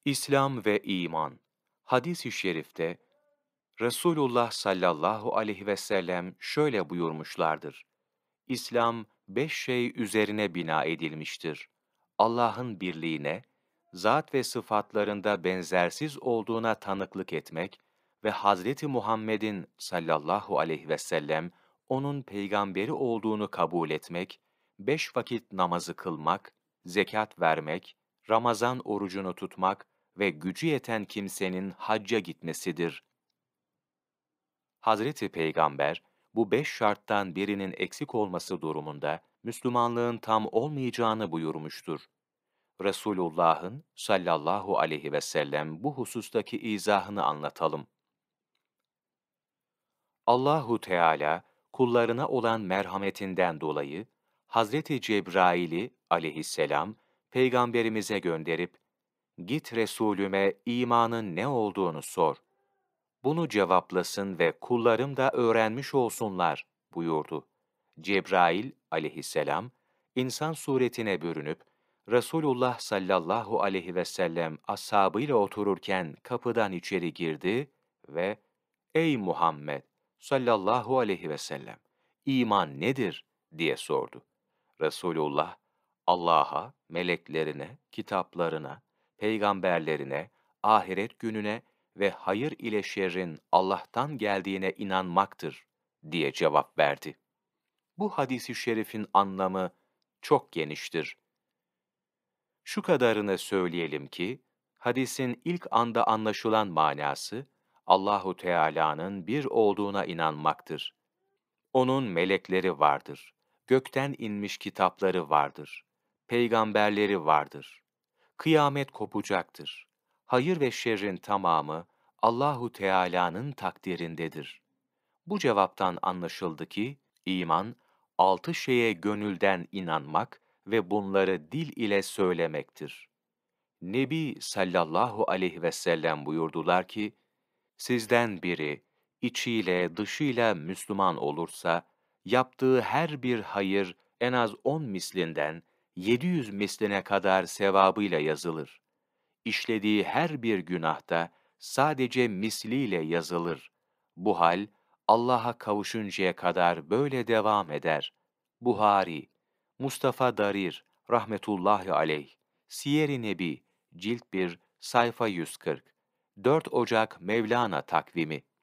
İslam ve iman. Hadis-i şerifte Resulullah sallallahu aleyhi ve sellem şöyle buyurmuşlardır. İslam 5 şey üzerine bina edilmiştir. Allah'ın birliğine, zat ve sıfatlarında benzersiz olduğuna tanıklık etmek ve Hazreti Muhammed'in sallallahu aleyhi ve sellem onun peygamberi olduğunu kabul etmek, 5 vakit namazı kılmak, zekat vermek, Ramazan orucunu tutmak ve gücü yeten kimsenin hacca gitmesidir. Hazreti Peygamber, bu 5 şarttan birinin eksik olması durumunda Müslümanlığın tam olmayacağını buyurmuştur. Resulullah'ın sallallahu aleyhi ve sellem bu husustaki izahını anlatalım. Allahu Teala kullarına olan merhametinden dolayı Hazreti Cebrail'i aleyhisselam peygamberimize gönderip "Git Resulüme imanın ne olduğunu sor. Bunu cevaplasın ve kullarım da öğrenmiş olsunlar" buyurdu. Cebrail aleyhisselam, insan suretine bürünüp, Resulullah sallallahu aleyhi ve sellem ashabıyla otururken kapıdan içeri girdi ve "Ey Muhammed sallallahu aleyhi ve sellem, iman nedir?" diye sordu. Resulullah, Allah'a, meleklerine, kitaplarına, peygamberlerine, ahiret gününe ve hayır ile şerrin Allah'tan geldiğine inanmaktır diye cevap verdi. Bu hadisi şerifin anlamı çok geniştir. Şu kadarını söyleyelim ki, hadisin ilk anda anlaşılan manası, Allahu Teala'nın bir olduğuna inanmaktır. Onun melekleri vardır. Gökten inmiş kitapları vardır. Peygamberleri vardır. Kıyamet kopacaktır. Hayır ve şerrin tamamı Allahu Teala'nın takdirindedir. Bu cevaptan anlaşıldı ki, iman, 6 şeye gönülden inanmak ve bunları dil ile söylemektir. Nebi sallallahu aleyhi ve sellem buyurdular ki, sizden biri, içiyle dışıyla Müslüman olursa, yaptığı her bir hayır en az 10 mislinden 700 misline kadar sevabıyla yazılır. İşlediği her bir günahta sadece misliyle yazılır. Bu hal, Allah'a kavuşuncaya kadar böyle devam eder. Buhari, Mustafa Darir, rahmetullahi aleyh, Siyer-i Nebi, Cilt 1, sayfa 140, 4 Ocak Mevlana takvimi.